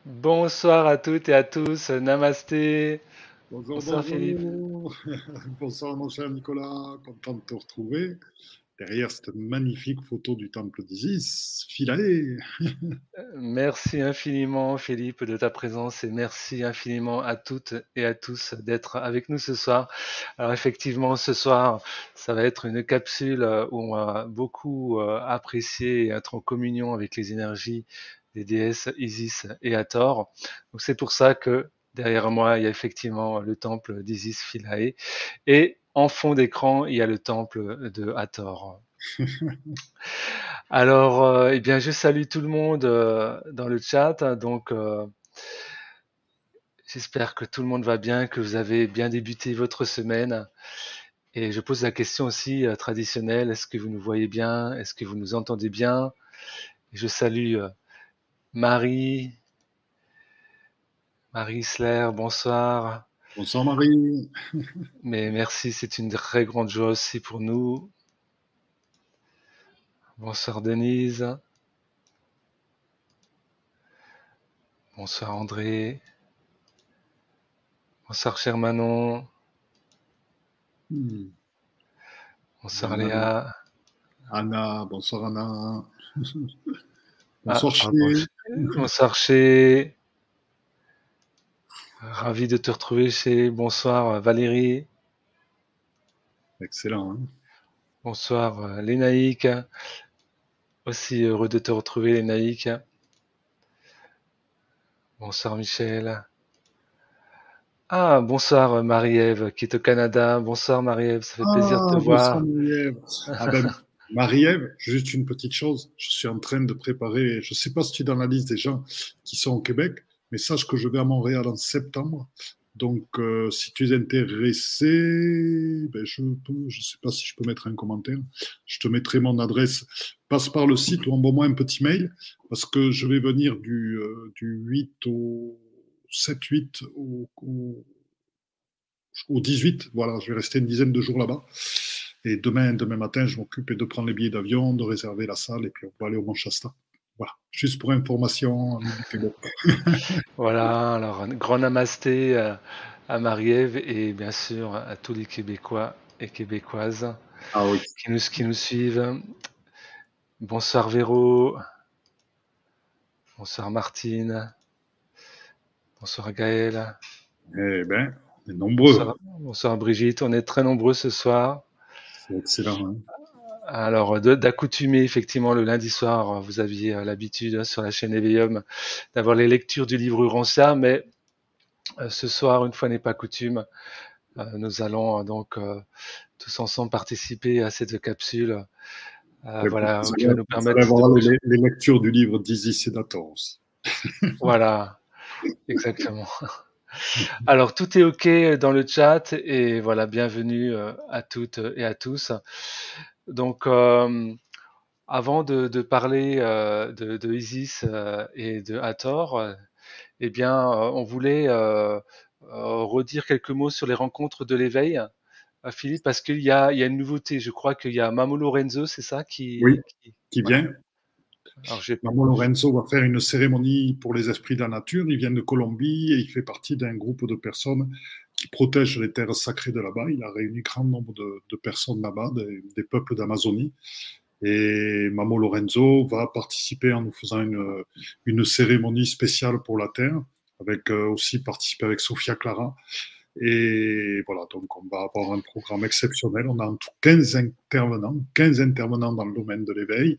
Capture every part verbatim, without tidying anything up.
Bonsoir à toutes et à tous, namasté. Bonjour, Bonsoir Philippe. bonjour. Bonsoir mon cher Nicolas, content de te retrouver. Derrière cette magnifique photo du temple d'Isis, Philae. Merci infiniment Philippe de ta présence et merci infiniment à toutes et à tous d'être avec nous ce soir. Alors effectivement, ce soir, ça va être une capsule euh, où on va beaucoup euh, apprécier et être en communion avec les énergies des déesses Isis et Hathor. Donc c'est pour ça que derrière moi, il y a effectivement le temple d'Isis Philae et en fond d'écran, il y a le temple de Hathor. Alors, euh, eh bien, je salue tout le monde euh, dans le chat. Donc, euh, j'espère que tout le monde va bien, que vous avez bien débuté votre semaine. Et je pose la question aussi euh, traditionnelle, est-ce que vous nous voyez bien? Est-ce que vous nous entendez bien? Et je salue euh, Marie, Marie Isler, bonsoir. Bonsoir Marie. Mais merci, c'est une très grande joie aussi pour nous. Bonsoir Denise. Bonsoir André. Bonsoir cher Manon. Hmm. Bonsoir Anna, Léa. Anna, bonsoir Anna. Ah, Bonsoir pardon. Chier. Bonsoir chez. Ravi de te retrouver chez. Bonsoir Valérie. Excellent. Hein. Bonsoir euh, Lénaïque. Aussi heureux de te retrouver Lénaïque. Bonsoir Michel. Ah, bonsoir euh, Marie-Ève qui est au Canada. Bonsoir Marie-Ève, ça fait plaisir de te Ah, bonsoir voir. Marie-Ève. Ah ben, Marie-Ève, juste une petite chose. Je suis en train de préparer, je ne sais pas si tu es dans la liste des gens qui sont au Québec, mais sache que je vais à Montréal en septembre. Donc, euh, si tu es intéressé, ben je peux, je sais pas si je peux mettre un commentaire. Je te mettrai mon adresse. Passe par le site ou envoie-moi un petit mail parce que je vais venir du, euh, du huit au sept huit au, au au dix-huit, voilà, je vais rester une dizaine de jours là-bas. Et demain, demain matin, je m'occupe de prendre les billets d'avion, de réserver la salle, et puis on va aller au Mont Shasta. Voilà, juste pour information, amis du Québec. Voilà, alors un grand namasté à, à Marie-Ève et bien sûr à tous les Québécois et Québécoises Ah oui. qui nous, qui nous suivent. Bonsoir Véro. Bonsoir Martine. Bonsoir Gaël. Eh bien, on est Bonsoir, nombreux. bonsoir Brigitte. On est très nombreux ce soir. C'est excellent. Hein. Alors, de- d'accoutumer, effectivement, le lundi soir, vous aviez euh, l'habitude hein, sur la chaîne Éveillum d'avoir les lectures du livre Urantia, mais euh, ce soir, une fois n'est pas coutume, euh, nous allons euh, donc euh, tous ensemble participer à cette capsule, euh, Et puis, voilà, vous qui va allez, nous vous allez permettre de... voir les, les lectures du livre d'Isis et d'Athos. Voilà, exactement. Alors, tout est OK dans le chat et voilà, bienvenue euh, à toutes et à tous. Donc, euh, avant de, de parler euh, de, de Isis euh, et de Hathor, euh, eh bien, euh, on voulait euh, euh, redire quelques mots sur les rencontres de l'éveil, euh, Philippe, parce qu'il y a, il y a une nouveauté. Je crois qu'il y a Mamo Lorenzo, c'est ça Oui, qui, qui- qui voilà. vient. Alors, j'ai, Maman Lorenzo va faire une cérémonie pour les esprits de la nature. Il vient de Colombie et il fait partie d'un groupe de personnes qui protègent les terres sacrées de là-bas. Il a réuni grand nombre de, de personnes là-bas, des, des peuples d'Amazonie. Et Mamo Lorenzo va participer en nous faisant une, une cérémonie spéciale pour la Terre, avec euh, aussi participer avec Sofia Clara. Et voilà, donc on va avoir un programme exceptionnel. On a en tout quinze intervenants, quinze intervenants dans le domaine de l'éveil,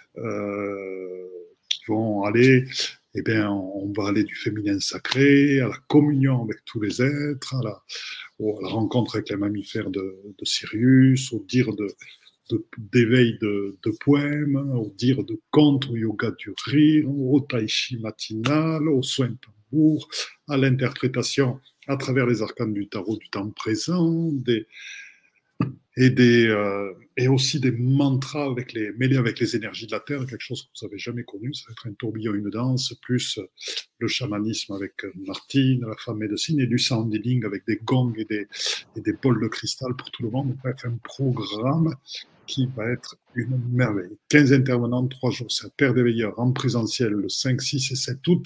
euh, qui vont aller, eh bien, on va aller du féminin sacré à la communion avec tous les êtres, à la, à la rencontre avec les mammifères de, de Sirius, au dire de, d'éveil de, de, poèmes, au dire de contes, au yoga du rire, au tai chi matinal, au soin tambour, à l'interprétation à travers les arcanes du tarot du temps présent, des, et, des, euh, et aussi des mantras avec les, mêlés avec les énergies de la Terre, quelque chose que vous n'avez jamais connu, ça va être un tourbillon, une danse, plus le chamanisme avec Martine, la femme médecine, et du sound healing avec des gongs et des, et des bols de cristal pour tout le monde. On va faire un programme qui va être une merveille. quinze intervenants, trois jours, c'est à Terre des Veilleurs en présentiel le cinq, six et sept août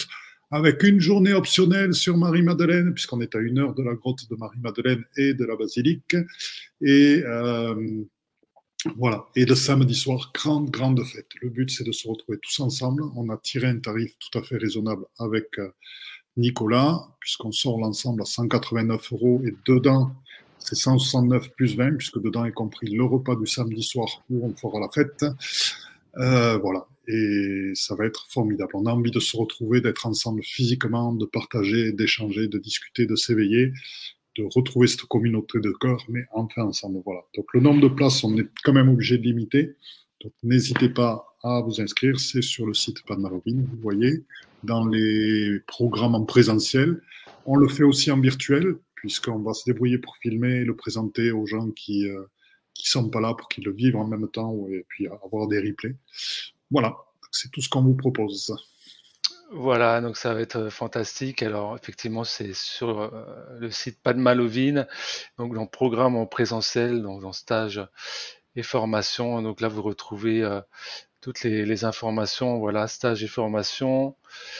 avec une journée optionnelle sur Marie-Madeleine, puisqu'on est à une heure de la grotte de Marie-Madeleine et de la basilique. Et euh, voilà. Et le samedi soir, grande, grande fête. Le but, c'est de se retrouver tous ensemble. On a tiré un tarif tout à fait raisonnable avec euh, Nicolas, puisqu'on sort l'ensemble à cent quatre-vingt-neuf euros et dedans, c'est cent soixante-neuf plus vingt, puisque dedans est compris le repas du samedi soir où on fera la fête. Euh, voilà. Et ça va être formidable. On a envie de se retrouver, d'être ensemble physiquement, de partager, d'échanger, de discuter, de s'éveiller, de retrouver cette communauté de cœur, mais enfin ensemble. Voilà. Donc le nombre de places, on est quand même obligé de limiter. Donc n'hésitez pas à vous inscrire. C'est sur le site Padmalovine, vous voyez, dans les programmes en présentiel. On le fait aussi en virtuel, puisqu'on va se débrouiller pour filmer et le présenter aux gens qui euh, qui sont pas là pour qu'ils le vivent en même temps et puis avoir des replays. Voilà, c'est tout ce qu'on vous propose. Voilà, donc ça va être fantastique. Alors effectivement, c'est sur euh, le site Padmalovine, donc dans le programme en présentiel, donc dans stage et formation. Donc là, vous retrouvez euh, toutes les, les informations. Voilà, stage et formation.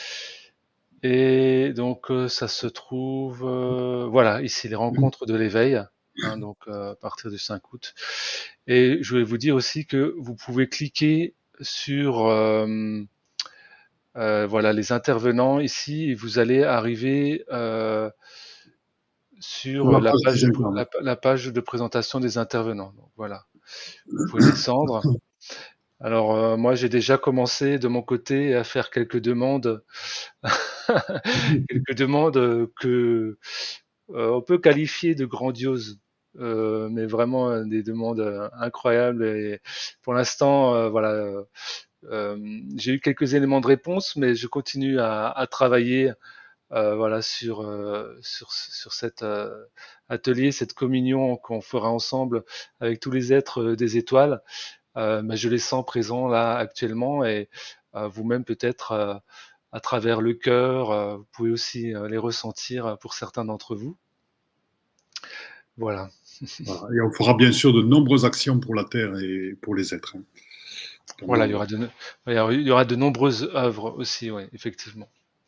Et donc euh, ça se trouve, euh, voilà, ici les rencontres de l'éveil. Hein, donc euh, à partir du cinq août. Et je voulais vous dire aussi que vous pouvez cliquer sur euh, euh, voilà les intervenants ici et vous allez arriver euh, Sur sur la la page page des de, intervenants. la, la page de présentation des intervenants. Donc, voilà, vous pouvez descendre. Alors euh, moi j'ai déjà commencé de mon côté à faire quelques demandes, quelques demandes que euh, on peut qualifier de grandioses. Euh, mais vraiment euh, des demandes euh, incroyables et pour l'instant euh, voilà euh, euh, j'ai eu quelques éléments de réponse mais je continue à, à travailler euh, voilà sur euh, sur sur cet euh, atelier, cette communion qu'on fera ensemble avec tous les êtres euh, des étoiles. Euh, mais je les sens présents là actuellement et euh, vous-même peut-être euh, à travers le cœur, euh, vous pouvez aussi euh, les ressentir pour certains d'entre vous. Voilà. Voilà. Et on fera bien sûr de nombreuses actions pour la Terre et pour les êtres. Hein. Voilà, il y aura de, il y aura de nombreuses œuvres aussi, oui, effectivement.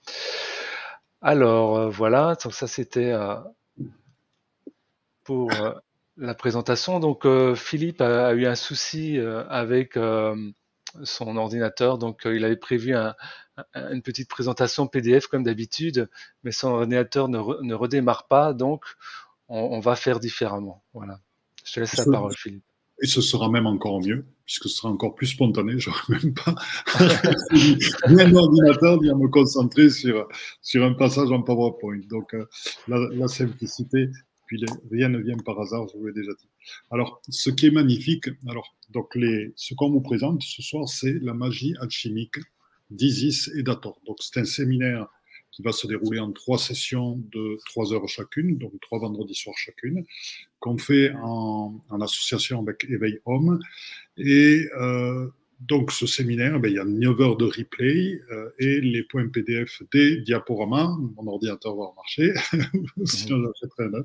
Alors euh, voilà, donc ça c'était euh, pour euh, la présentation. Donc euh, Philippe a, a eu un souci euh, avec euh, son ordinateur, donc euh, il avait prévu un, un, une petite présentation P D F comme d'habitude, mais son ordinateur ne, re, ne redémarre pas, donc on, on va faire différemment. Voilà. Je te laisse la parole, Philippe. Et ce sera même encore mieux, puisque ce sera encore plus spontané. Je n'aurai même pas ni un ordinateur, ni à me concentrer sur, sur un passage en PowerPoint. Donc, euh, la, la, simplicité, puis les, rien ne vient par hasard, je vous l'ai déjà dit. Alors, ce qui est magnifique, alors, donc les, ce qu'on vous présente ce soir, c'est la magie alchimique d'Isis et d'Hathor. Donc, c'est un séminaire qui va se dérouler en trois sessions de trois heures chacune, donc trois vendredis soirs chacune, qu'on fait en, en association avec Éveil Homme. Et euh, donc, ce séminaire, ben, il y a neuf heures de replay euh, et les points P D F des diaporamas. Mon ordinateur va marcher, sinon j'achèterai un neuf.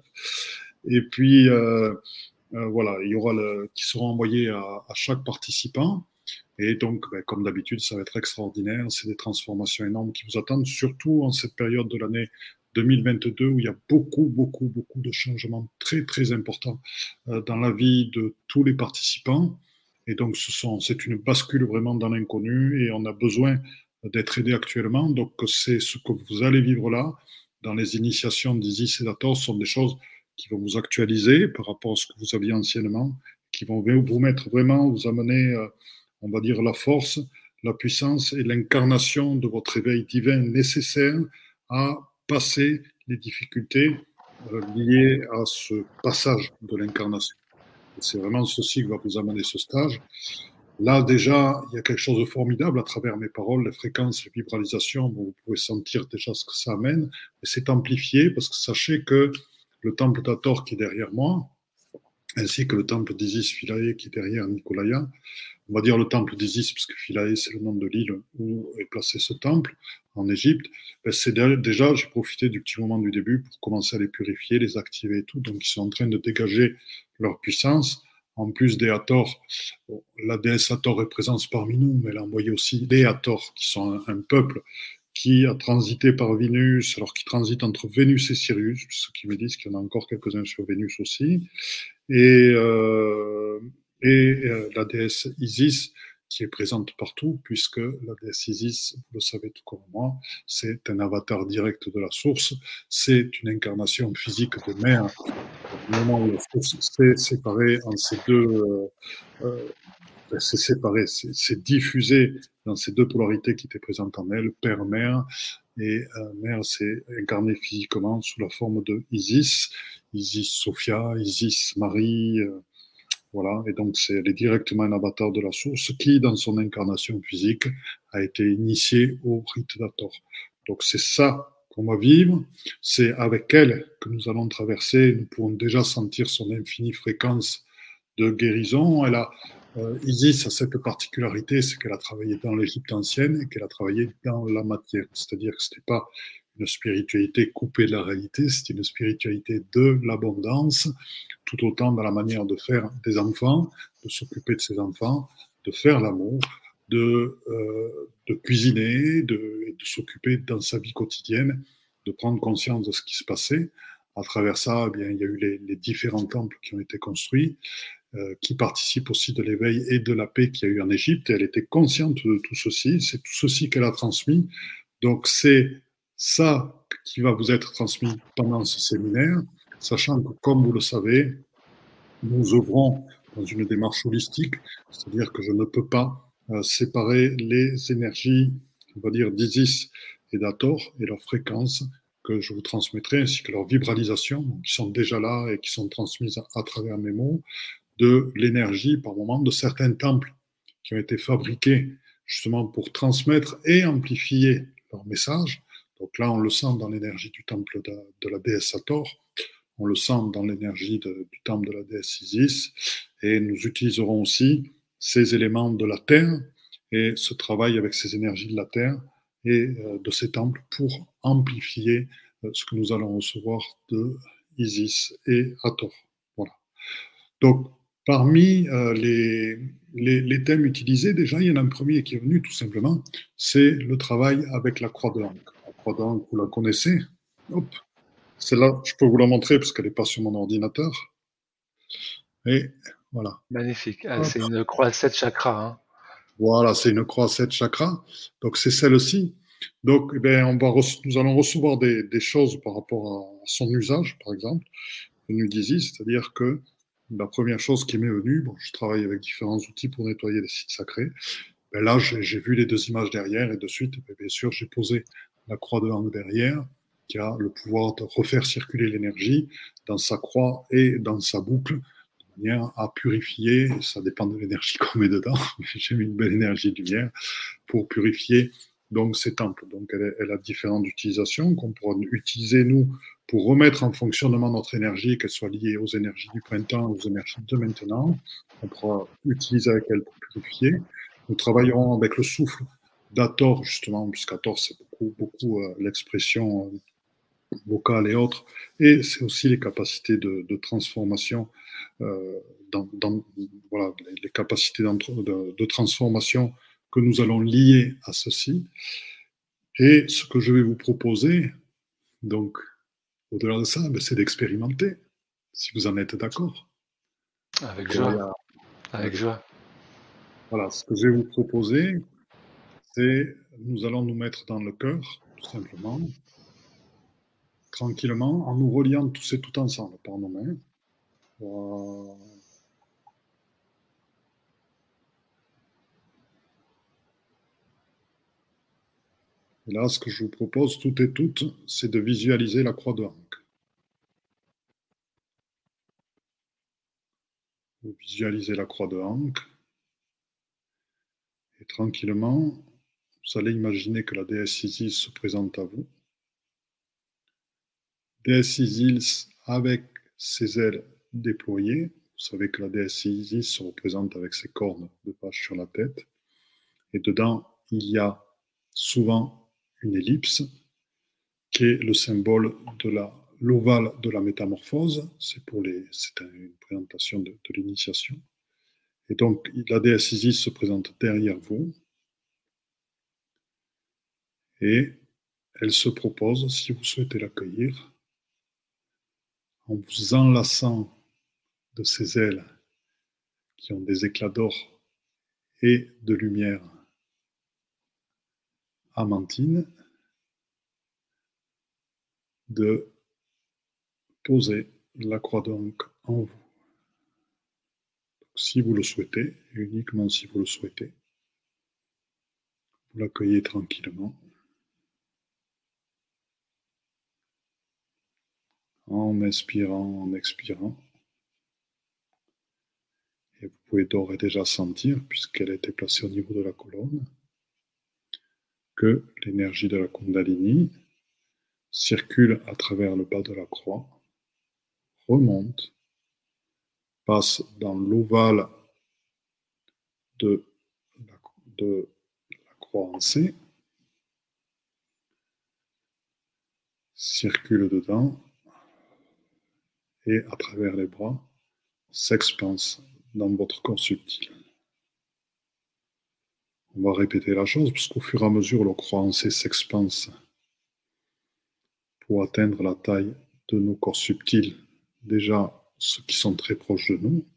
Et puis, euh, euh, voilà, il y aura le, qui seront envoyés à, à chaque participant. Et donc, ben, comme d'habitude, ça va être extraordinaire. C'est des transformations énormes qui vous attendent, surtout en cette période de l'année deux mille vingt-deux où il y a beaucoup, beaucoup, beaucoup de changements très, très importants euh, dans la vie de tous les participants. Et donc, ce sont, c'est une bascule vraiment dans l'inconnu et on a besoin d'être aidé actuellement. Donc, c'est ce que vous allez vivre là, dans les initiations d'Isis et d'Hathor, sont des choses qui vont vous actualiser par rapport à ce que vous aviez anciennement, qui vont vous mettre vraiment, vous amener... Euh, on va dire la force, la puissance et l'incarnation de votre éveil divin nécessaire à passer les difficultés euh, liées à ce passage de l'incarnation. C'est vraiment ceci qui va vous amener ce stage. Là, déjà, il y a quelque chose de formidable à travers mes paroles, les fréquences, les vibralisations, vous pouvez sentir déjà ce que ça amène, et c'est amplifié parce que sachez que le temple d'Hathor qui est derrière moi, ainsi que le temple d'Isis Philae qui est derrière Nicolaya, on va dire le temple d'Isis, parce que Philae, c'est le nom de l'île où est placé ce temple, en Égypte. Ben, c'est déjà, j'ai profité du petit moment du début pour commencer à les purifier, les activer et tout. Donc, ils sont en train de dégager leur puissance. En plus des Hathor, bon, la déesse Hathor est présente parmi nous, mais elle a envoyé aussi les Hathor, qui sont un, un peuple qui a transité par Vénus, alors qui transite entre Vénus et Sirius, ceux qui me disent qu'il y en a encore quelques-uns sur Vénus aussi, et, euh, et euh, la déesse Isis, qui est présente partout, puisque la déesse Isis, vous le savez tout comme moi, c'est un avatar direct de la source, c'est une incarnation physique de mer. Au moment où la source s'est séparée en ces deux... Euh, euh, c'est séparé, c'est diffusé dans ces deux polarités qui étaient présentes en elle, père-mère, et euh, mère s'est incarnée physiquement sous la forme de Isis, Isis Sophia, Isis Marie, euh, voilà, et donc c'est, elle est directement un avatar de la source qui, dans son incarnation physique, a été initié au rite d'Hathor. Donc c'est ça qu'on va vivre, c'est avec elle que nous allons traverser, nous pouvons déjà sentir son infinie fréquence de guérison. Elle a, euh, Isis a cette particularité, c'est qu'elle a travaillé dans l'Égypte ancienne et qu'elle a travaillé dans la matière, c'est-à-dire que ce n'était pas une spiritualité coupée de la réalité, c'est une spiritualité de l'abondance, tout autant dans la manière de faire des enfants, de s'occuper de ses enfants, de faire l'amour, de, euh, de cuisiner, de, de s'occuper dans sa vie quotidienne, de prendre conscience de ce qui se passait. À travers ça, eh bien, il y a eu les, les différents temples qui ont été construits, euh, qui participent aussi de l'éveil et de la paix qu'il y a eu en Égypte. Et elle était consciente de tout ceci, c'est tout ceci qu'elle a transmis. Donc c'est ça qui va vous être transmis pendant ce séminaire, sachant que, comme vous le savez, nous œuvrons dans une démarche holistique, c'est-à-dire que je ne peux pas euh, séparer les énergies, on va dire, d'Isis et d'Hathor et leurs fréquences que je vous transmettrai, ainsi que leurs vibralisations, qui sont déjà là et qui sont transmises à, à travers mes mots, de l'énergie, par moment, de certains temples qui ont été fabriqués justement pour transmettre et amplifier leur message. Donc là, on le sent dans l'énergie du temple de, de la déesse Hathor, on le sent dans l'énergie de, du temple de la déesse Isis, et nous utiliserons aussi ces éléments de la Terre et ce travail avec ces énergies de la Terre et euh, de ces temples pour amplifier euh, ce que nous allons recevoir de Isis et Hathor. Voilà. Donc, parmi euh, les, les, les thèmes utilisés, déjà, il y en a un premier qui est venu tout simplement, c'est le travail avec la croix de Hank. La croix de Hank, vous la connaissez. Hop. Celle-là, je peux vous la montrer parce qu'elle n'est pas sur mon ordinateur. Et voilà. Magnifique. Ah, c'est une croix à sept chakras. Hein. Voilà, c'est une croix à sept chakras. Donc, c'est celle-ci. Donc, eh bien, on va nous allons recevoir des, des, choses par rapport à son usage, par exemple, venu d'Isis, c'est-à-dire que la première chose qui m'est venue, bon, je travaille avec différents outils pour nettoyer les sites sacrés. Ben là, j'ai vu les deux images derrière et de suite, ben bien sûr, j'ai posé la croix de Hank derrière, qui a le pouvoir de refaire circuler l'énergie dans sa croix et dans sa boucle, de manière à purifier, ça dépend de l'énergie qu'on met dedans, j'ai mis une belle énergie de lumière pour purifier donc ces temples. Donc elle, elle a différentes utilisations qu'on pourra utiliser, nous, pour remettre en fonctionnement notre énergie, qu'elle soit liée aux énergies du printemps, aux énergies de maintenant. On pourra utiliser avec elle pour purifier. Nous travaillerons avec le souffle d'Hathor, justement, puisqu'Hathor, c'est beaucoup, beaucoup euh, l'expression euh, vocale et autres, et c'est aussi les capacités de, de transformation, euh, dans, dans, voilà, les, les capacités de, de transformation que nous allons lier à ceci. Et ce que je vais vous proposer, donc, au-delà de ça, ben, c'est d'expérimenter, si vous en êtes d'accord. Avec joie. Voilà. Avec joie. Voilà, ce que je vais vous proposer, c'est nous allons nous mettre dans le cœur, tout simplement, tranquillement, en nous reliant tous et tout ensemble par nos mains. Voilà. Et là, ce que je vous propose, toutes et toutes, c'est de visualiser la croix de Hank. Vous visualisez la croix de Hank. Et tranquillement, vous allez imaginer que la déesse Isis se présente à vous. Déesse Isis avec ses ailes déployées. Vous savez que la déesse Isis se représente avec ses cornes de vache sur la tête. Et dedans, il y a souvent une ellipse qui est le symbole de la l'ovale de la métamorphose. C'est pour les, c'est une présentation de, de l'initiation. Et donc, la déesse Isis se présente derrière vous. Et elle se propose, si vous souhaitez l'accueillir, en vous enlaçant de ses ailes qui ont des éclats d'or et de lumière amantine, de poser la croix donc en vous. Donc, si vous le souhaitez, et uniquement si vous le souhaitez, vous l'accueillez tranquillement, en inspirant, en expirant. Et vous pouvez d'ores et déjà sentir, puisqu'elle a été placée au niveau de la colonne, que l'énergie de la Kundalini circule à travers le bas de la croix, remonte, passe dans l'ovale de la, de la croix en C, circule dedans et à travers les bras s'expanse dans votre corps subtil. On va répéter la chose parce qu'au fur et à mesure le croix en C s'expanse pour atteindre la taille de nos corps subtils, déjà ceux qui sont très proches de nous.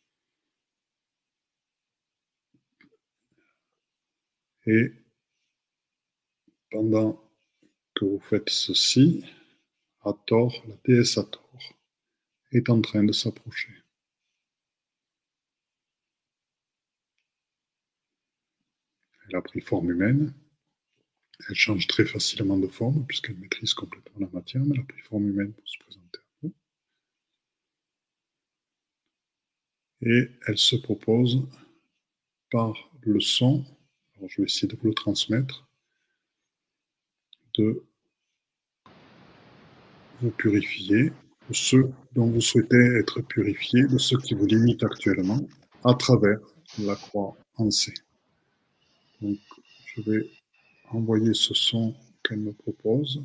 Et pendant que vous faites ceci, Hathor, la déesse Hathor, est en train de s'approcher. Elle a pris forme humaine. Elle change très facilement de forme puisqu'elle maîtrise complètement la matière, mais elle a pris forme humaine pour se présenter à vous. Et elle se propose par le son, alors je vais essayer de vous le transmettre, de vous purifier de ceux dont vous souhaitez être purifié, de ceux qui vous limitent actuellement, à travers la croix en C. Donc, je vais envoyer ce son qu'elle me propose.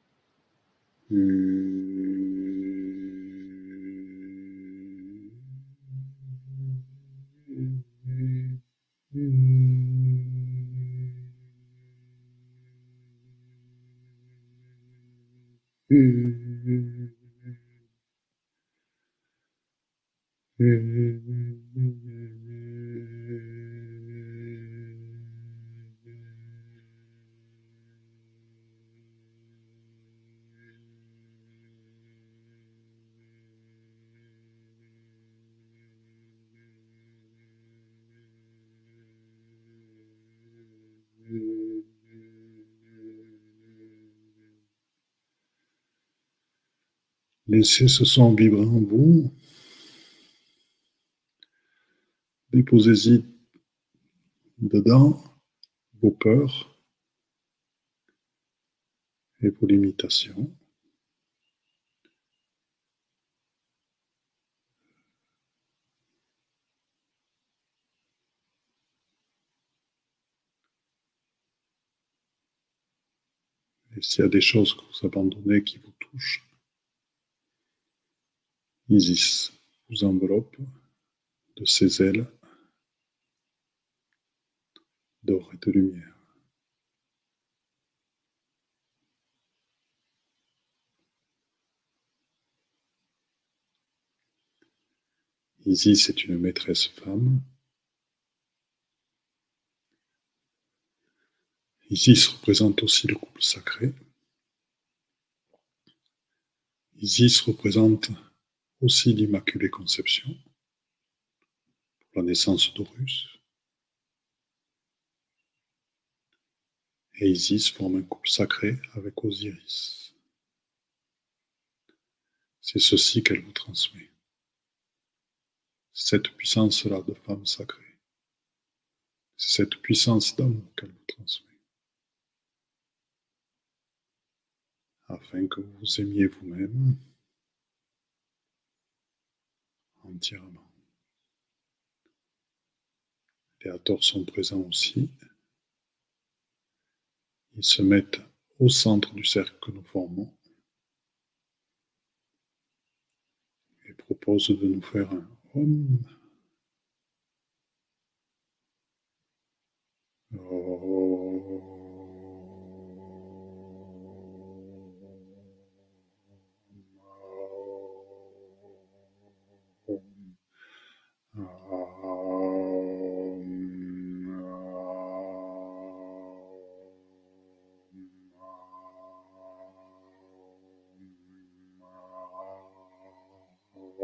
Laissez ce son vibrer en vous. Déposez-y dedans vos peurs et vos limitations. Et s'il y a des choses que vous abandonnez qui vous touchent, Isis vous enveloppe de ses ailes d'or et de lumière. Isis est une maîtresse femme. Isis représente aussi le couple sacré. Isis représente aussi l'Immaculée Conception, pour la naissance d'Horus. Et Isis forme un couple sacré avec Osiris. C'est ceci qu'elle vous transmet. Cette puissance-là de femme sacrée. C'est cette puissance d'amour qu'elle vous transmet. Afin que vous vous aimiez vous-même entièrement. Les Hathors sont présents aussi. Ils se mettent au centre du cercle que nous formons et proposent de nous faire un Om.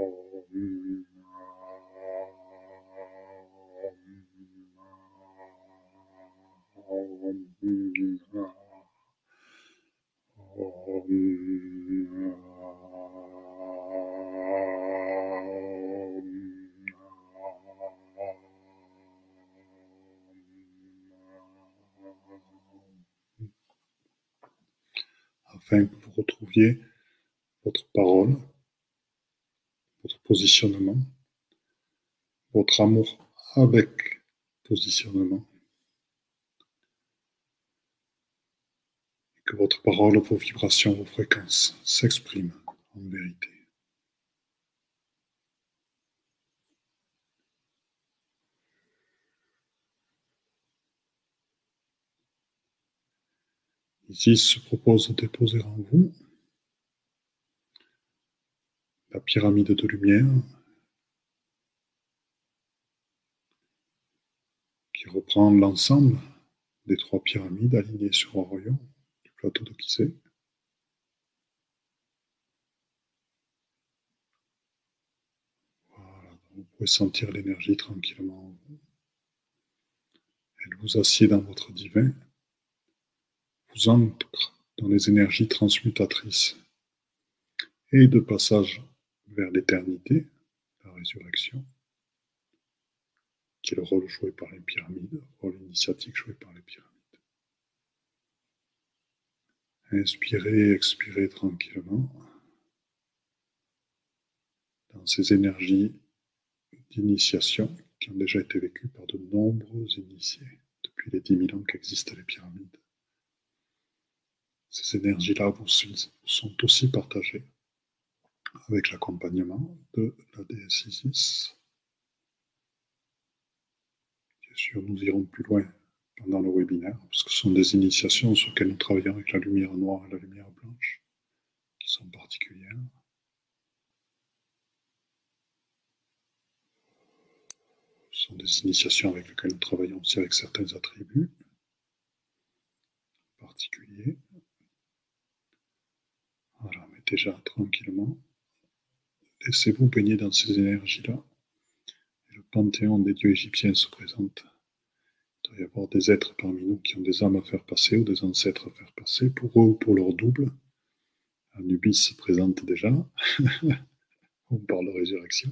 Afin que vous retrouviez votre parole, votre positionnement, votre amour avec positionnement, et que votre parole, vos vibrations, vos fréquences s'expriment en vérité. Isis se propose de déposer en vous la pyramide de lumière qui reprend l'ensemble des trois pyramides alignées sur Orion du plateau de Gizeh. Voilà, vous pouvez sentir l'énergie tranquillement en vous. Elle vous assied dans votre divin, vous ancre dans les énergies transmutatrices et de passage vers l'éternité, la résurrection, qui est le rôle joué par les pyramides, le rôle initiatique joué par les pyramides. Inspirez, expirez tranquillement dans ces énergies d'initiation qui ont déjà été vécues par de nombreux initiés depuis les dix mille ans qu'existent les pyramides. Ces énergies-là vous sont aussi partagées avec l'accompagnement de la déesse Isis. Bien sûr, nous irons plus loin pendant le webinaire, parce que ce sont des initiations sur lesquelles nous travaillons avec la lumière noire et la lumière blanche, qui sont particulières. Ce sont des initiations avec lesquelles nous travaillons aussi avec certains attributs particuliers. Voilà, mais déjà tranquillement, laissez-vous baigner dans ces énergies-là. Et le panthéon des dieux égyptiens se présente. Il doit y avoir des êtres parmi nous qui ont des âmes à faire passer ou des ancêtres à faire passer, pour eux ou pour leur double. Anubis se présente déjà. On parle de résurrection.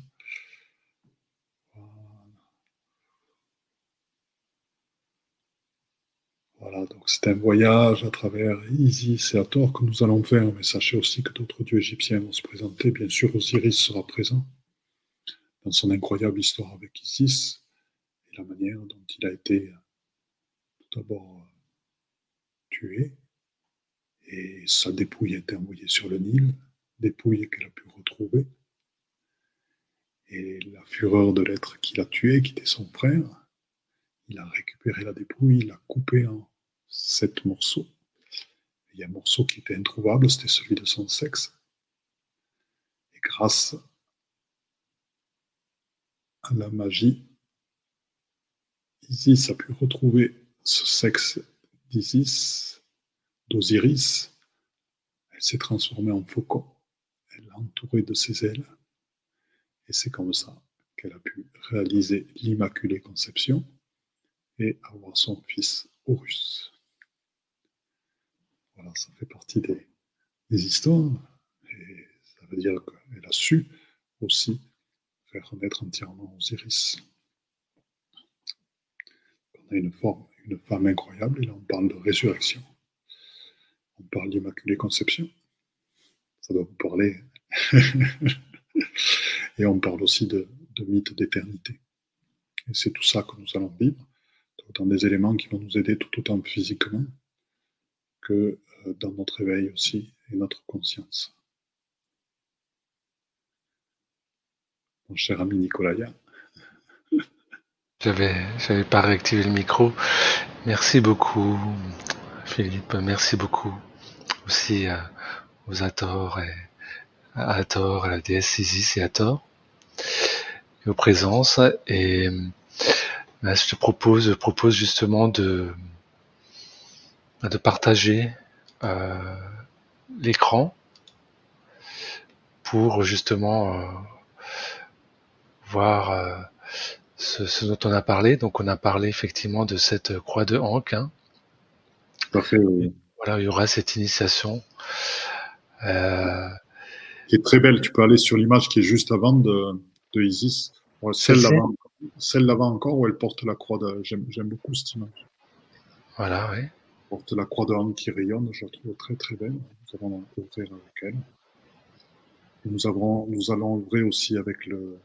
Voilà, donc c'est un voyage à travers Isis et Hathor que nous allons faire, mais sachez aussi que d'autres dieux égyptiens vont se présenter. Bien sûr, Osiris sera présent dans son incroyable histoire avec Isis et la manière dont il a été tout d'abord tué et sa dépouille a été envoyée sur le Nil, dépouille qu'elle a pu retrouver. Et la fureur de l'être qui l'a tué, qui était son frère, il a récupéré la dépouille, il l'a coupée en sept morceaux. Il y a un morceau qui était introuvable, c'était celui de son sexe. Et grâce à la magie, Isis a pu retrouver ce sexe d'Isis, d'Osiris. Elle s'est transformée en faucon. Elle l'a entouré de ses ailes. Et c'est comme ça qu'elle a pu réaliser l'Immaculée Conception et avoir son fils Horus. Voilà, ça fait partie des, des histoires. Et ça veut dire qu'elle a su aussi faire renaître entièrement Osiris. On a une forme, une femme incroyable, et là on parle de résurrection. On parle d'Immaculée Conception. Ça doit vous parler. Et on parle aussi de, de mythe d'éternité. Et c'est tout ça que nous allons vivre, autant des éléments qui vont nous aider tout autant physiquement que dans notre éveil aussi et notre conscience. Mon cher ami Nicolaya. J'avais, j'avais pas réactivé le micro. Merci beaucoup, Philippe. Merci beaucoup aussi à, aux Hathor et à Hathor, à la déesse Isis et Hathor, et aux présences. Et ben, je te propose, je propose justement de de partager euh, l'écran pour justement euh, voir euh, ce, ce dont on a parlé. Donc on a parlé effectivement de cette croix de Ankh. Hein. Tout à fait. Et Euh, voilà, il y aura cette initiation. Euh, qui est très belle. Tu peux aller sur l'image qui est juste avant de, de Isis. Ouais, celle Celle-ci. là-bas, celle là-bas encore où elle porte la croix de. J'aime, j'aime beaucoup cette image. Voilà, oui. Elle porte la croix de Ankh qui rayonne. Je la trouve très très belle. Nous allons ouvrir avec elle. Et nous avons, nous allons ouvrir aussi avec le,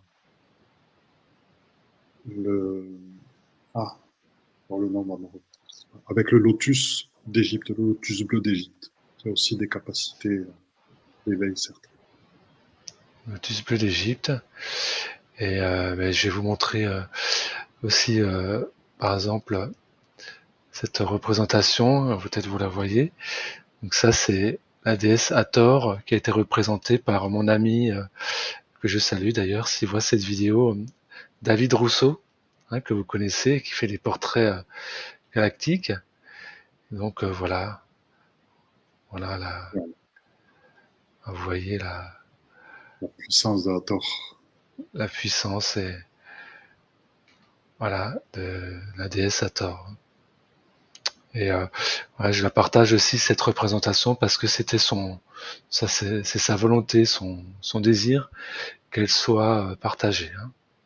le, ah, alors le nom va me revenir. Avec le lotus d'Égypte, le lotus bleu d'Égypte. Qui a aussi des capacités euh, d'éveil certaines. Lotus bleu d'Égypte. Et euh, ben, je vais vous montrer euh, aussi, euh, par exemple, cette représentation. Peut-être vous la voyez. Donc ça, c'est la déesse Hathor qui a été représentée par mon ami euh, que je salue d'ailleurs s'il voit cette vidéo, David Rousseau, hein, que vous connaissez, qui fait des portraits euh, galactiques. Donc euh, voilà, voilà la, Voilà, vous voyez la, la puissance de Hathor. la puissance et voilà de la déesse Hathor. Et euh, voilà, je la partage aussi cette représentation parce que c'était son, ça c'est sa volonté, son, son désir qu'elle soit partagée. Hein.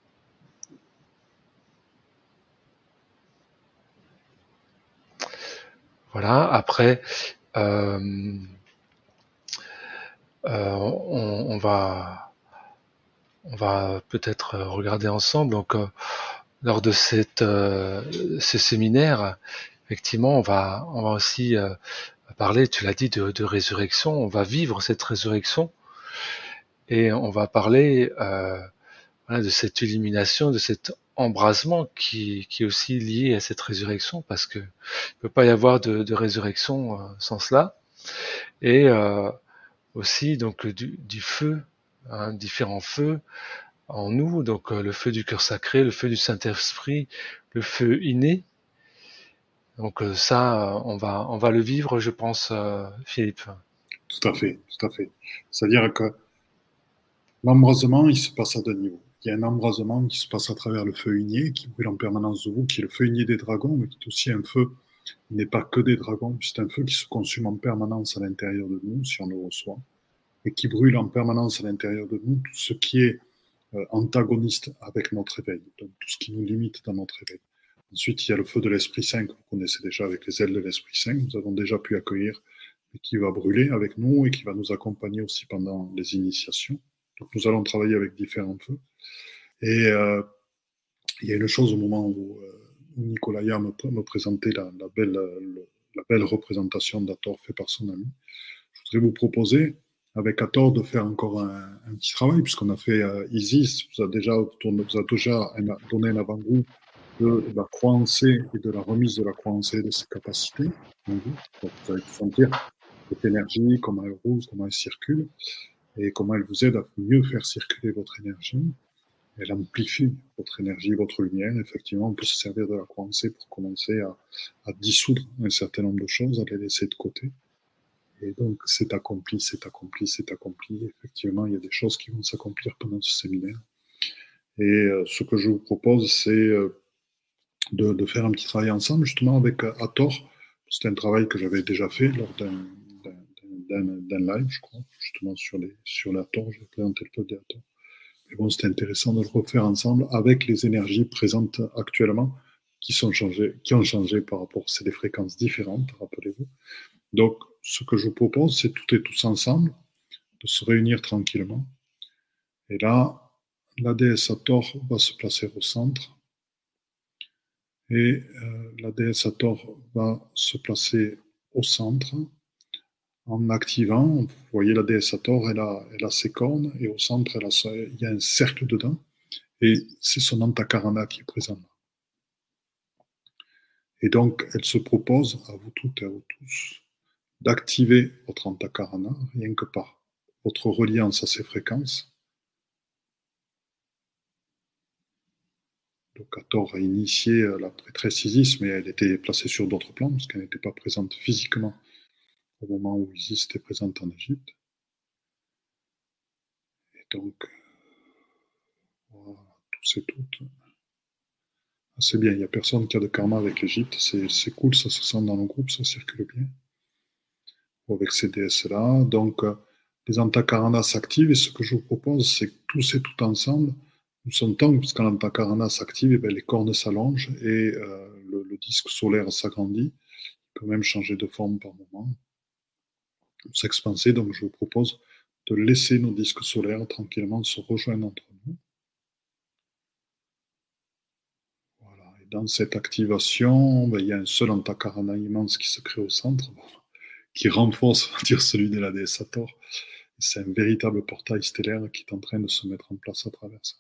Voilà. Après, euh, euh, on, on va, on va peut-être regarder ensemble. Donc, euh, lors de cette, euh, ce séminaire, effectivement, on va, on va aussi euh, parler. Tu l'as dit de, de résurrection. On va vivre cette résurrection et on va parler euh, voilà, de cette illumination, de cet embrasement qui, qui est aussi lié à cette résurrection, parce que il peut pas y avoir de, de résurrection euh, sans cela. Et euh, aussi donc du, du feu, hein, différents feux en nous, donc euh, le feu du cœur sacré, le feu du Saint-Esprit, le feu inné. Donc euh, ça, on va on va le vivre, je pense, euh, Philippe. Tout à fait, tout à fait. C'est-à-dire que l'embrasement, il se passe à deux niveaux. Il y a un embrasement qui se passe à travers le feu igné, qui brûle en permanence de vous, qui est le feu igné des dragons, mais qui est aussi un feu, il n'est pas que des dragons, c'est un feu qui se consume en permanence à l'intérieur de nous, si on le reçoit, et qui brûle en permanence à l'intérieur de nous tout ce qui est euh, antagoniste avec notre éveil, donc tout ce qui nous limite dans notre éveil. Ensuite, il y a le feu de l'Esprit Saint que vous connaissez déjà avec les ailes de l'Esprit Saint, que nous avons déjà pu accueillir, et qui va brûler avec nous et qui va nous accompagner aussi pendant les initiations. Donc nous allons travailler avec différents feux. Et euh, il y a une chose au moment où, euh, où Nicolaya me, me présentait la, la, belle, le, la belle représentation d'Hathor faite par son ami. Je voudrais vous proposer, avec Hathor, de faire encore un, un petit travail, puisqu'on a fait euh, Isis, vous a déjà, vous a déjà donné un avant-goût de la croix en C et de la remise de la croix en C de ses capacités. Donc vous allez sentir cette énergie, comment elle roule, comment elle circule, et comment elle vous aide à mieux faire circuler votre énergie. Elle amplifie votre énergie, votre lumière. Effectivement, on peut se servir de la croix en C pour commencer à, à dissoudre un certain nombre de choses, à les laisser de côté. Et donc, c'est accompli, c'est accompli, c'est accompli. Effectivement, il y a des choses qui vont s'accomplir pendant ce séminaire. Et euh, ce que je vous propose, c'est euh, de, de, faire un petit travail ensemble, justement, avec euh, Hathor. C'était un travail que j'avais déjà fait lors d'un live, je crois, justement, sur, les, sur l'Hathor. J'ai présenté le peuple d'Hathor. Mais bon, c'était intéressant de le refaire ensemble avec les énergies présentes actuellement qui, sont changées, qui ont changé par rapport, c'est des fréquences différentes, rappelez-vous. Donc, ce que je vous propose, c'est tout et tous ensemble, de se réunir tranquillement. Et là, la déesse Hathor va se placer au centre. Et euh, la déesse Hathor va se placer au centre en activant. Vous voyez, la déesse Hathor, elle a, elle a ses cornes et au centre, elle a, il y a un cercle dedans. Et c'est son Antakarana qui est présent là. Et donc, elle se propose à vous toutes et à vous tous d'activer votre Antakarana, rien que par votre reliance à ces fréquences. Donc, Hathor a initié la prêtresse Isis, mais elle était placée sur d'autres plans, parce qu'elle n'était pas présente physiquement au moment où Isis était présente en Égypte. Et donc, voilà, tous et toutes. Ah, c'est bien, il n'y a personne qui a de karma avec l'Égypte, c'est cool, ça se sent dans le groupe, ça circule bien. Ou avec ces déesses-là. Donc, euh, les Antakarana s'activent, et ce que je vous propose, c'est que tous et tout ensemble, nous sommes temps, puisque l'Antakarana s'active, et bien les cornes s'allongent et euh, le, le disque solaire s'agrandit. Il peut même changer de forme par moment, s'expanser. Donc, je vous propose de laisser nos disques solaires tranquillement se rejoindre entre nous. Voilà. Et dans cette activation, ben, il y a un seul Antakarana immense qui se crée au centre, bon, qui renforce, on va dire, celui de la déesse Hathor. C'est un véritable portail stellaire qui est en train de se mettre en place à travers ça.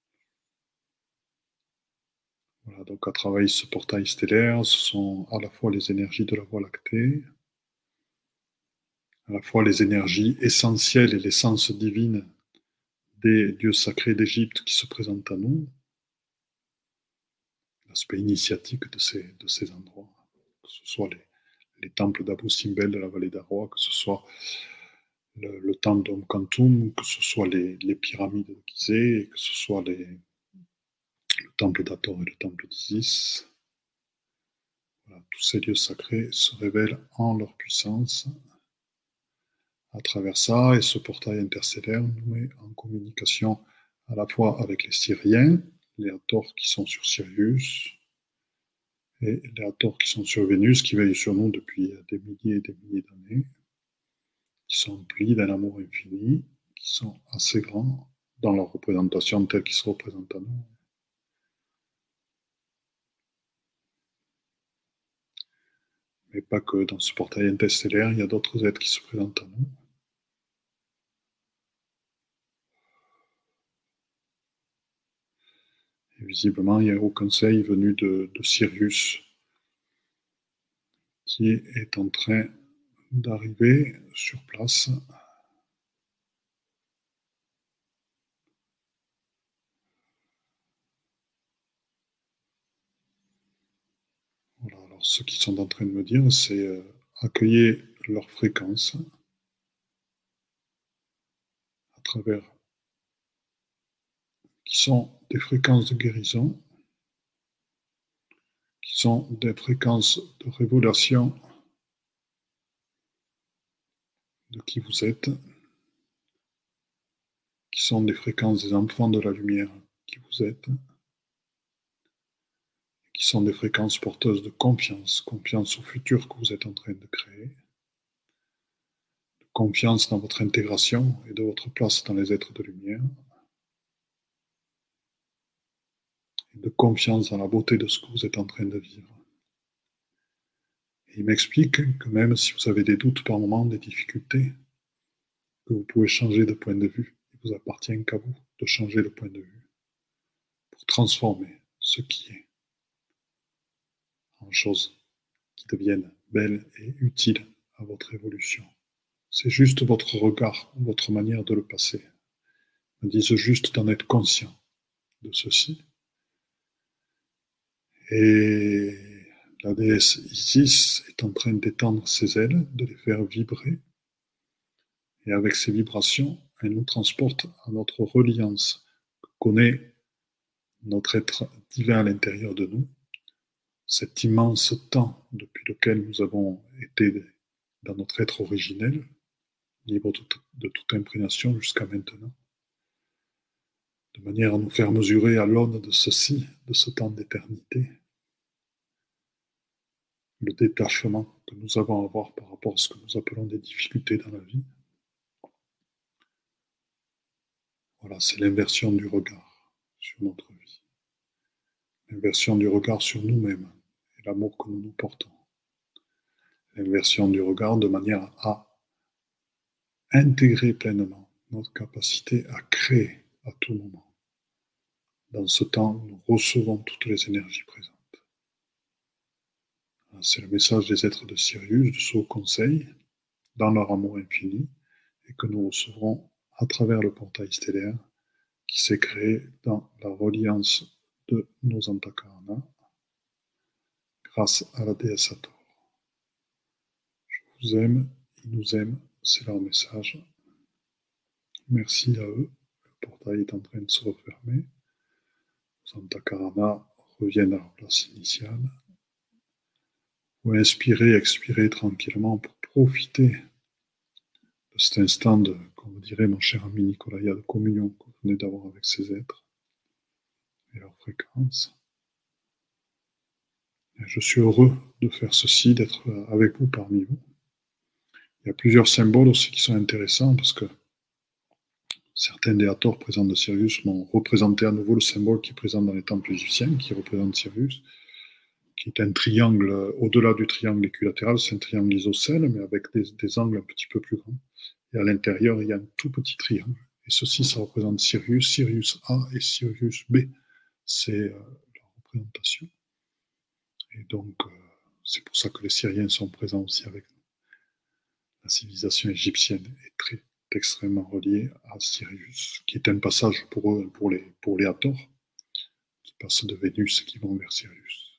Voilà, donc à travers ce portail stellaire, ce sont à la fois les énergies de la Voie lactée, à la fois les énergies essentielles et l'essence divine des dieux sacrés d'Égypte qui se présentent à nous, l'aspect initiatique de ces, de ces endroits, que ce soit les, les temples d'Abu Simbel de la vallée d'Arwa, que ce soit le, le temple d'Om Kantoum, que ce soit les, les pyramides de Gizeh, que ce soit les, le temple d'Hathor et le temple d'Isis. Voilà, tous ces lieux sacrés se révèlent en leur puissance à travers ça, et ce portail interstellaire nous met en communication à la fois avec les Syriens, les Hathors qui sont sur Sirius, et les Hathors qui sont sur Vénus, qui veillent sur nous depuis des milliers et des milliers d'années, qui sont emplis d'un amour infini, qui sont assez grands dans leur représentation telle qu'ils se représentent à nous. Mais pas que dans ce portail interstellaire, il y a d'autres êtres qui se présentent à nous. Et visiblement, il y a un haut conseil venu de, de Sirius qui est en train d'arriver sur place. Voilà, alors ce qu'ils sont en train de me dire, c'est euh, accueillir leur fréquence à travers, qui sont des fréquences de guérison, qui sont des fréquences de révélation de qui vous êtes, qui sont des fréquences des enfants de la lumière qui vous êtes, qui sont des fréquences porteuses de confiance, confiance au futur que vous êtes en train de créer, de confiance dans votre intégration et de votre place dans les êtres de lumière, et de confiance dans la beauté de ce que vous êtes en train de vivre. Et il m'explique que même si vous avez des doutes par moment, des difficultés, que vous pouvez changer de point de vue. Il vous appartient qu'à vous de changer de point de vue pour transformer ce qui est en choses qui deviennent belles et utiles à votre évolution. C'est juste votre regard, votre manière de le passer. Me disent juste d'en être conscient de ceci. Et la déesse Isis est en train d'étendre ses ailes, de les faire vibrer. Et avec ces vibrations, elle nous transporte à notre reliance que connaît notre être divin à l'intérieur de nous, cet immense temps depuis lequel nous avons été dans notre être originel, libre de toute imprégnation jusqu'à maintenant, de manière à nous faire mesurer à l'aune de ceci, de ce temps d'éternité, le détachement que nous avons à avoir par rapport à ce que nous appelons des difficultés dans la vie. Voilà, c'est l'inversion du regard sur notre vie, l'inversion du regard sur nous-mêmes et l'amour que nous nous portons, l'inversion du regard de manière à intégrer pleinement notre capacité à créer à tout moment. Dans ce temps, nous recevons toutes les énergies présentes. C'est le message des êtres de Sirius, de ce haut conseil, dans leur amour infini, et que nous recevrons à travers le portail stellaire qui s'est créé dans la reliance de nos Antakarana grâce à la déesse Hathor. Je vous aime, ils nous aiment, c'est leur message. Merci à eux. Le portail est en train de se refermer. Santakarana reviennent à leur place initiale. Vous inspirez, expirez tranquillement pour profiter de cet instant de, comme dirait mon cher ami Nicolaya, de communion que vous venez d'avoir avec ces êtres et leur fréquence. Et je suis heureux de faire ceci, d'être avec vous parmi vous. Il y a plusieurs symboles aussi qui sont intéressants parce que certains des Hathors présents de Sirius m'ont représenté à nouveau le symbole qui est présent dans les temples égyptiens, qui représente Sirius, qui est un triangle, au-delà du triangle équilatéral, c'est un triangle isocèle, mais avec des, des angles un petit peu plus grands. Et à l'intérieur, il y a un tout petit triangle. Et ceci, ça représente Sirius, Sirius A et Sirius B. C'est euh, la représentation. Et donc, euh, c'est pour ça que les Syriens sont présents aussi avec nous. La civilisation égyptienne est très, extrêmement reliée à Sirius, qui est un passage pour eux, pour les, pour les Hathors, qui passent de Vénus et qui vont vers Sirius.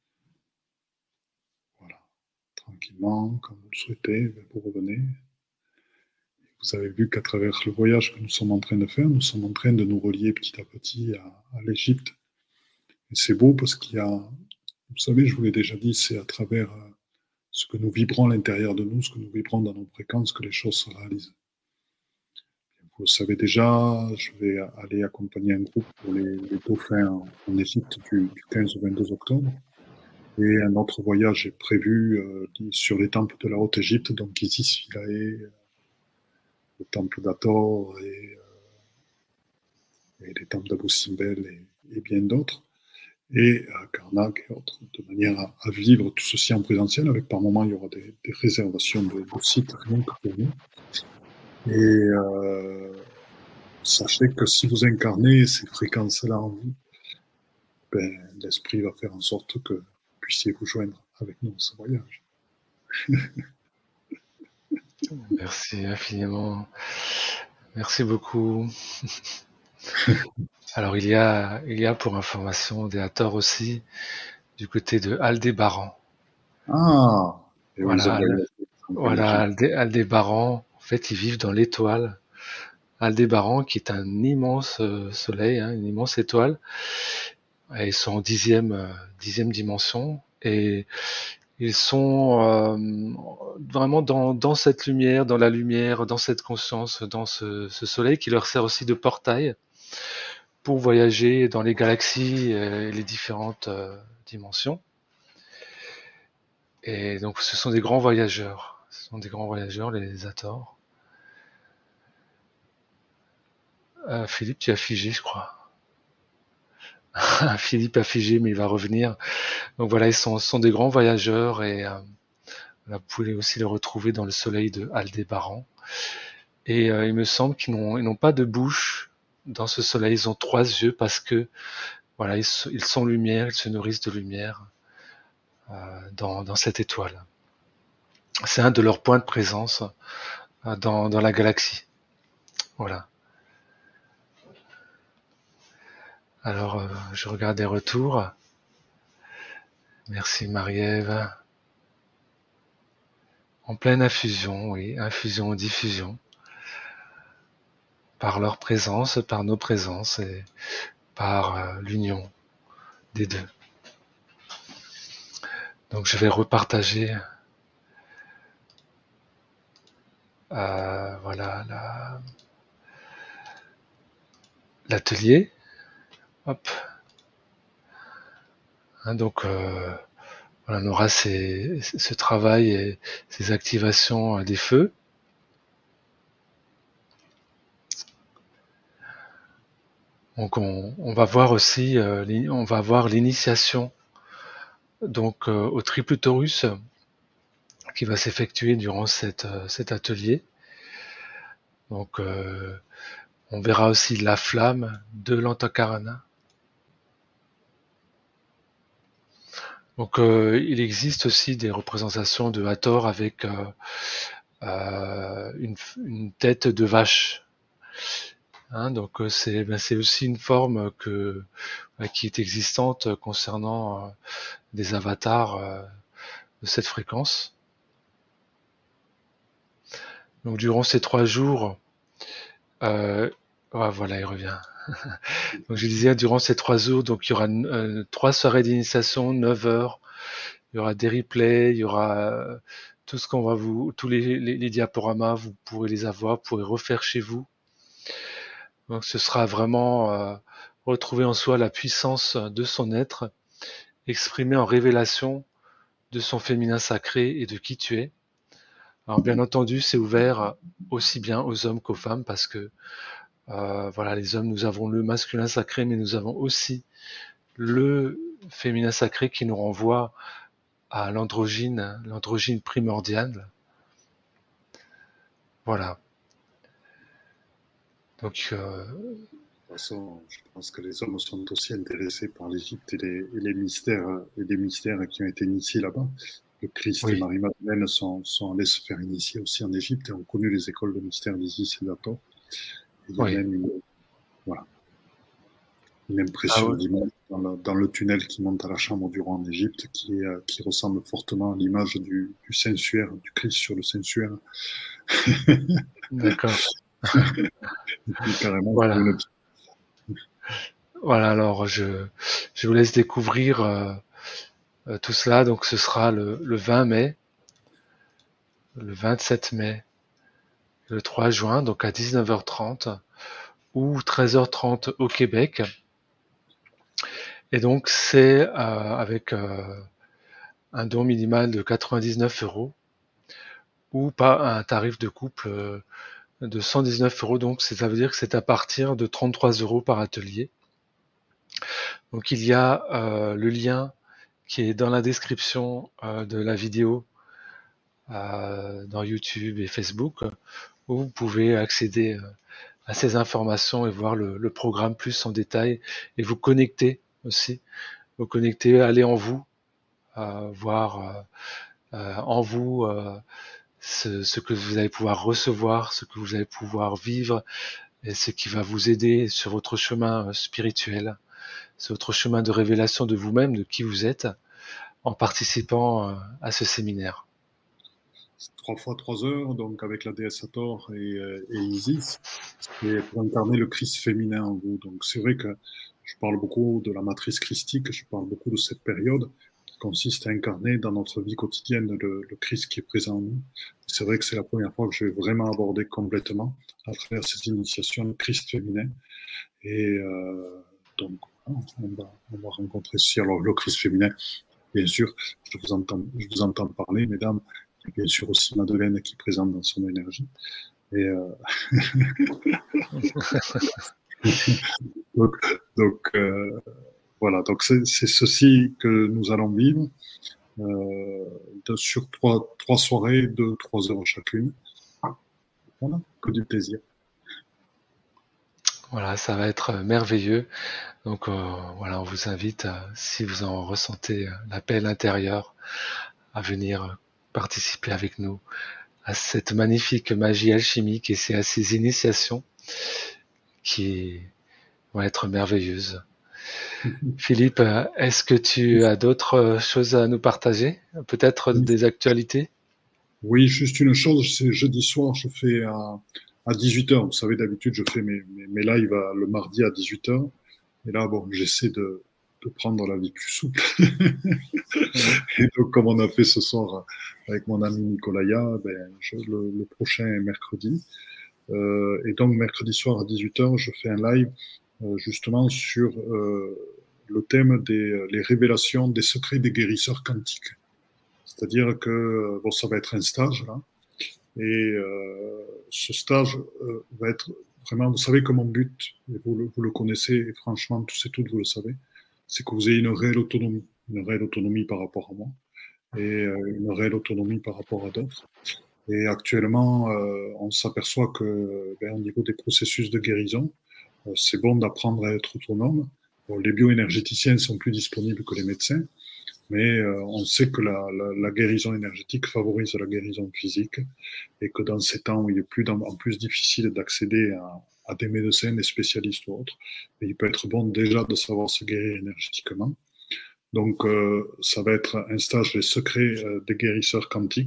Voilà. Tranquillement, comme vous le souhaitez, vous revenez. Vous avez vu qu'à travers le voyage que nous sommes en train de faire, nous sommes en train de nous relier petit à petit à, à l'Égypte. Et c'est beau parce qu'il y a, vous savez, je vous l'ai déjà dit, c'est à travers ce que nous vibrons à l'intérieur de nous, ce que nous vibrons dans nos fréquences, que les choses se réalisent. Vous le savez déjà, je vais aller accompagner un groupe pour les, les dauphins en, en Égypte du, du quinze au vingt-deux octobre. Et un autre voyage est prévu euh, sur les temples de la Haute-Égypte, donc Isis, Philae, le temple d'Hathor et, euh, et les temples d'Abou Simbel et, et bien d'autres, et à Karnak et autres, de manière à, à vivre tout ceci en présentiel, avec par moments il y aura des, des réservations de, de sites rien que pour nous. Et euh, sachez que si vous incarnez ces fréquences-là en vous, ben, l'esprit va faire en sorte que vous puissiez vous joindre avec nous dans ce voyage. Merci infiniment. Merci beaucoup. Alors il y a, il y a pour information des Hathors aussi du côté de Aldébaran. Ah, et voilà, voilà Aldé, Aldébaran, en fait ils vivent dans l'étoile. Aldébaran qui est un immense soleil, hein, une immense étoile. Et ils sont en dixième, euh, dixième dimension et ils sont euh, vraiment dans, dans cette lumière, dans la lumière, dans cette conscience, dans ce, ce soleil qui leur sert aussi de portail pour voyager dans les galaxies et les différentes euh, dimensions. Et donc ce sont des grands voyageurs, ce sont des grands voyageurs, les Hathors. Euh, Philippe, tu as figé, je crois. Philippe a figé, mais il va revenir. Donc voilà, ils sont, sont des grands voyageurs et euh, vous pouvez aussi les retrouver dans le soleil de Aldébaran. Et euh, il me semble qu'ils n'ont, ils n'ont pas de bouche dans ce soleil, ils ont trois yeux parce que voilà, ils, ils sont lumière, ils se nourrissent de lumière euh, dans, dans cette étoile. C'est un de leurs points de présence euh, dans, dans la galaxie. Voilà. Alors, euh, je regarde les retours. Merci Marie-Ève. En pleine infusion, oui, infusion, diffusion. Par leur présence, par nos présences et par euh, l'union des deux. Donc je vais repartager euh, voilà la, l'atelier. Hop. Hein, donc euh, voilà, on aura ces, ce travail et ces activations des feux. Donc on, on va voir aussi, euh, on va voir l'initiation donc euh, au triple torus qui va s'effectuer durant cette, euh, cet atelier. Donc euh, on verra aussi la flamme de l'Antakarana. Donc euh, il existe aussi des représentations de Hathor avec euh, euh, une, une tête de vache. Hein, donc euh, c'est ben, c'est aussi une forme que euh, qui est existante concernant euh, des avatars euh, de cette fréquence. Donc durant ces trois jours, euh, Ouais, voilà, il revient. Donc je disais, durant ces trois jours, donc il y aura euh, trois soirées d'initiation, neuf heures. Il y aura des replays, il y aura euh, tout ce qu'on va vous, tous les, les, les diaporamas, vous pourrez les avoir, vous pourrez refaire chez vous. Donc ce sera vraiment euh, retrouver en soi la puissance de son être, exprimée en révélation de son féminin sacré et de qui tu es. Alors bien entendu, c'est ouvert aussi bien aux hommes qu'aux femmes parce que euh, voilà, les hommes, nous avons le masculin sacré, mais nous avons aussi le féminin sacré qui nous renvoie à l'androgyne, l'androgyne primordial. Voilà. Donc, euh, De toute façon, je pense que les hommes sont aussi intéressés par l'Égypte et les, et les mystères et les mystères qui ont été initiés là-bas. Le Christ et oui, Marie-Madeleine sont, sont allés se faire initier aussi en Égypte et ont connu les écoles de mystère d'Isis et d'Hathor. Il y a oui. même une, voilà, une Ah impression oui. d'image dans, le, dans le tunnel qui monte à la chambre du roi en Égypte qui, est, qui ressemble fortement à l'image du, du Saint-Suaire, du Christ sur le Saint-Suaire. D'accord. Et puis carrément sur Voilà. une... Voilà, alors je, je vous laisse découvrir euh, euh, tout cela. Donc ce sera le, le vingt mai, le vingt-sept mai, le trois juin, donc à dix-neuf heures trente ou treize heures trente au Québec. Et donc c'est euh, avec euh, un don minimal de quatre-vingt-dix-neuf euros ou pas un tarif de couple euh, de cent dix-neuf euros. Donc ça veut dire que c'est à partir de trente-trois euros par atelier. Donc il y a euh, le lien qui est dans la description euh, de la vidéo euh, dans YouTube et Facebook, où vous pouvez accéder euh, à ces informations et voir le, le programme plus en détail et vous connecter aussi, vous connecter, aller en vous, euh, voir euh, euh, en vous euh, ce, ce que vous allez pouvoir recevoir, ce que vous allez pouvoir vivre et ce qui va vous aider sur votre chemin spirituel, sur votre chemin de révélation de vous-même, de qui vous êtes, en participant euh, à ce séminaire. trois fois trois heures, donc avec la déesse Hathor et, euh, et Isis, et pour incarner le Christ féminin en vous. Donc c'est vrai que je parle beaucoup de la matrice christique, je parle beaucoup de cette période qui consiste à incarner dans notre vie quotidienne le, le Christ qui est présent en nous. C'est vrai que c'est la première fois que je vais vraiment aborder complètement à travers cette initiation le Christ féminin. Et euh, donc on va, on va rencontrer aussi alors le Christ féminin. Bien sûr, je vous entends, je vous entends parler, mesdames. Il y a bien sûr aussi Madeleine qui est présente dans son énergie. Et euh... donc, donc euh, voilà, donc c'est ceci que nous allons vivre euh, de, sur trois, trois soirées de trois heures chacune. Voilà, que du plaisir. Voilà, ça va être merveilleux. Donc euh, voilà, on vous invite, à, si vous en ressentez l'appel intérieur, à venir participer avec nous à cette magnifique magie alchimique et à ces initiations qui vont être merveilleuses. Philippe, est-ce que tu as d'autres choses à nous partager? Peut-être des actualités? Oui, juste une chose, c'est jeudi soir, je fais à, à dix-huit heures. Vous savez, d'habitude, je fais mes, mes, mes lives le mardi à dix-huit heures. Et là, bon, j'essaie de, de prendre la vie plus souple. Et donc, comme on a fait ce soir avec mon ami Nicolaya, ben, je, le, le prochain est mercredi. Euh, et donc, mercredi soir à dix-huit heures, je fais un live euh, justement sur euh, le thème des les révélations des secrets des guérisseurs quantiques. C'est-à-dire que bon, ça va être un stage là, et euh, ce stage euh, va être vraiment, vous savez que mon but, et vous le, vous le connaissez, et franchement tous et toutes vous le savez, c'est que vous ayez une réelle autonomie, une réelle autonomie par rapport à moi, et euh, une réelle autonomie par rapport à d'autres. Et actuellement, euh, on s'aperçoit que ben, au niveau des processus de guérison, euh, c'est bon d'apprendre à être autonome. Bon, les bioénergéticiens sont plus disponibles que les médecins, mais euh, on sait que la, la, la, guérison énergétique favorise la guérison physique et que dans ces temps où il est plus dans, en plus difficile d'accéder à, à des médecins, des spécialistes ou autres, il peut être bon déjà de savoir se guérir énergétiquement. Donc, euh, ça va être un stage des secrets euh, des guérisseurs quantiques.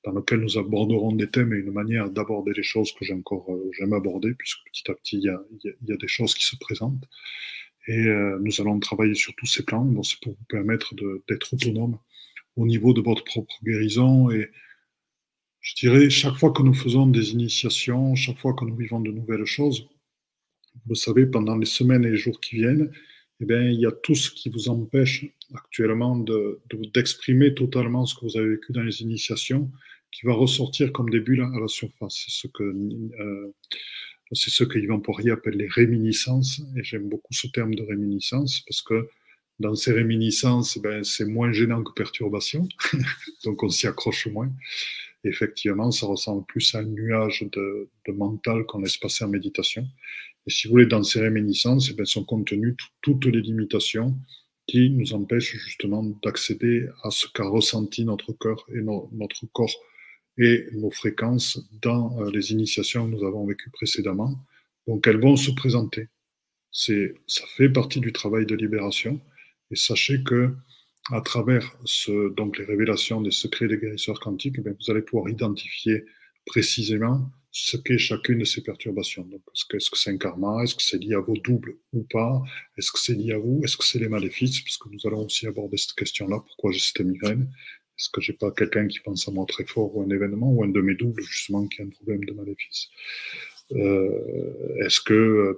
dans lequel nous aborderons des thèmes et une manière d'aborder les choses que j'ai encore euh, jamais abordées, puisque petit à petit, il y a, il y a, il y a des choses qui se présentent. Et euh, nous allons travailler sur tous ces plans. Bon, c'est pour vous permettre de, d'être autonome au niveau de votre propre guérison. Et je dirais, chaque fois que nous faisons des initiations, chaque fois que nous vivons de nouvelles choses, vous savez, pendant les semaines et les jours qui viennent, eh bien, il y a tout ce qui vous empêche actuellement de, de, d'exprimer totalement ce que vous avez vécu dans les initiations, qui va ressortir comme des bulles à la surface. C'est ce que, euh, c'est ce que Yvan Poirier appelle les réminiscences, et j'aime beaucoup ce terme de réminiscence, parce que dans ces réminiscences, eh ben, c'est moins gênant que perturbation, donc on s'y accroche moins. Et effectivement, ça ressemble plus à un nuage de, de mental qu'on laisse passer en méditation. Et si vous voulez, dans ces réminiscences, eh bien, sont contenues toutes les limitations qui nous empêchent justement d'accéder à ce qu'a ressenti notre cœur et no, notre corps et nos fréquences dans euh, les initiations que nous avons vécues précédemment. Donc elles vont se présenter. C'est, ça fait partie du travail de libération. Et sachez que à travers ce, donc les révélations des secrets des guérisseurs quantiques, eh bien, vous allez pouvoir identifier précisément ce qu'est chacune de ces perturbations. Donc, est-ce que, est-ce que c'est un karma? Est-ce que c'est lié à vos doubles ou pas? Est-ce que c'est lié à vous? Est-ce que c'est les maléfices? Parce que nous allons aussi aborder cette question-là. Pourquoi j'ai cette migraine? Est-ce que j'ai pas quelqu'un qui pense à moi très fort ou un événement ou un de mes doubles, justement, qui a un problème de maléfice? Euh, est-ce que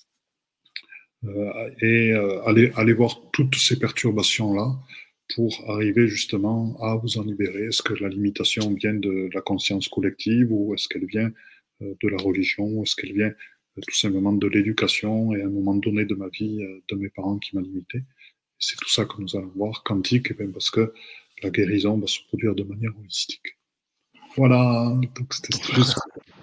euh, et euh, allez, allez voir toutes ces perturbations-là pour arriver justement à vous en libérer. Est-ce que la limitation vient de la conscience collective ou est-ce qu'elle vient euh, de la religion? Ou est-ce qu'elle vient euh, tout simplement de l'éducation et à un moment donné de ma vie, euh, de mes parents qui m'a limité? C'est tout ça que nous allons voir, quantique, et bien parce que la guérison va se produire de manière holistique. Voilà, donc c'était juste...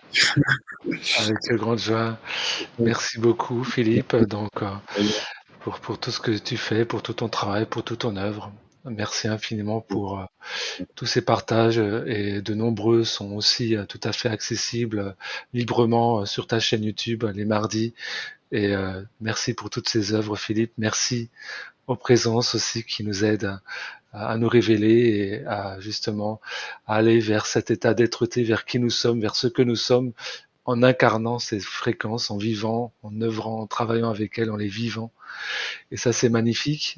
Avec grande joie. Merci beaucoup, Philippe, donc, euh, pour, pour tout ce que tu fais, pour tout ton travail, pour toute ton œuvre. Merci infiniment pour euh, tous ces partages euh, et de nombreux sont aussi euh, tout à fait accessibles euh, librement euh, sur ta chaîne YouTube euh, les mardis. Et euh, merci pour toutes ces œuvres, Philippe. Merci aux présences aussi qui nous aident à, à nous révéler et à justement à aller vers cet état d'être-té, vers qui nous sommes, vers ce que nous sommes, en incarnant ces fréquences, en vivant, en œuvrant, en travaillant avec elles, en les vivant. Et ça, c'est magnifique.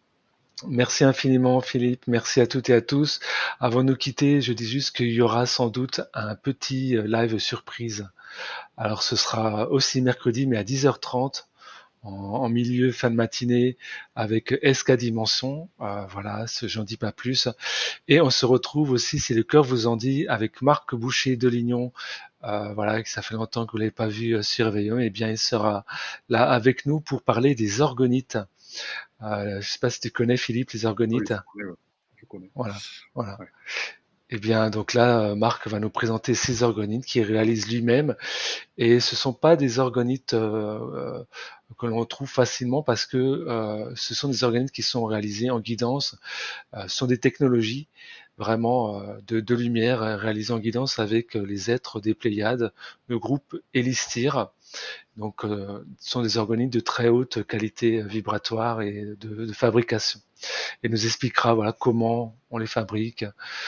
Merci infiniment, Philippe. Merci à toutes et à tous. Avant de nous quitter, je dis juste qu'il y aura sans doute un petit live surprise. Alors, ce sera aussi mercredi, mais à dix heures trente, en, en milieu, fin de matinée, avec S K Dimension. Euh, voilà, ce, j'en dis pas plus. Et on se retrouve aussi, si le cœur vous en dit, avec Marc Boucher de Lignon. Euh, voilà, ça fait longtemps que vous l'avez pas vu euh, sur Réveillon. Eh bien, il sera là avec nous pour parler des orgonites. Euh, je ne sais pas si tu connais, Philippe, les orgonites. Oui, je connais, ouais. Je connais. Voilà, voilà. Ouais. Eh bien, donc là, Marc va nous présenter ces orgonites qu'il réalise lui-même. Et ce sont pas des orgonites euh, que l'on trouve facilement parce que euh, ce sont des orgonites qui sont réalisés en guidance. Euh, ce sont des technologies vraiment euh, de, de lumière réalisées en guidance avec les êtres des Pléiades, le groupe Elistir. Donc, euh, ce sont des orgonites de très haute qualité vibratoire et de, de fabrication. Et nous expliquera voilà comment on les fabrique.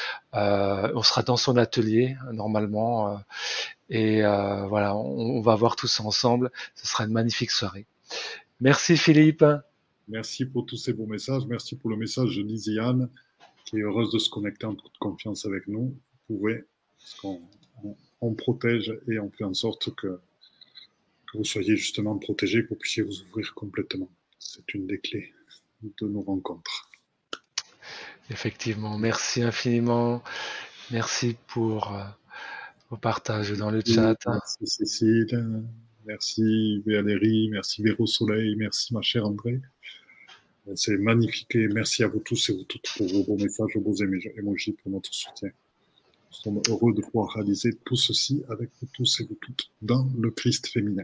Euh, on sera dans son atelier normalement, euh, et euh, voilà, on, on va voir tout ça ensemble. Ce sera une magnifique soirée. Merci Philippe. Merci pour tous ces beaux messages. Merci pour le message de Lisiane, qui est heureuse de se connecter en toute confiance avec nous. Vous pouvez, parce qu'on on, on protège et on fait en sorte que que vous soyez justement protégés, que vous puissiez vous ouvrir complètement. C'est une des clés de nos rencontres. Effectivement, merci infiniment. Merci pour euh, vos partages dans le chat. Merci Cécile, merci Valérie, merci Véro Soleil, merci ma chère André. C'est magnifique et merci à vous tous et vous toutes pour vos beaux messages, vos beaux émojis, pour notre soutien. Nous sommes heureux de pouvoir réaliser tout ceci avec vous tous et vous toutes dans le Christ féminin.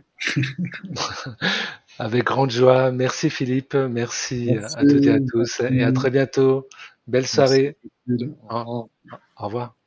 Avec grande joie. Merci Philippe. Merci, merci à toutes et à tous. Merci. Et à très bientôt. Belle soirée. Merci. Au, au revoir.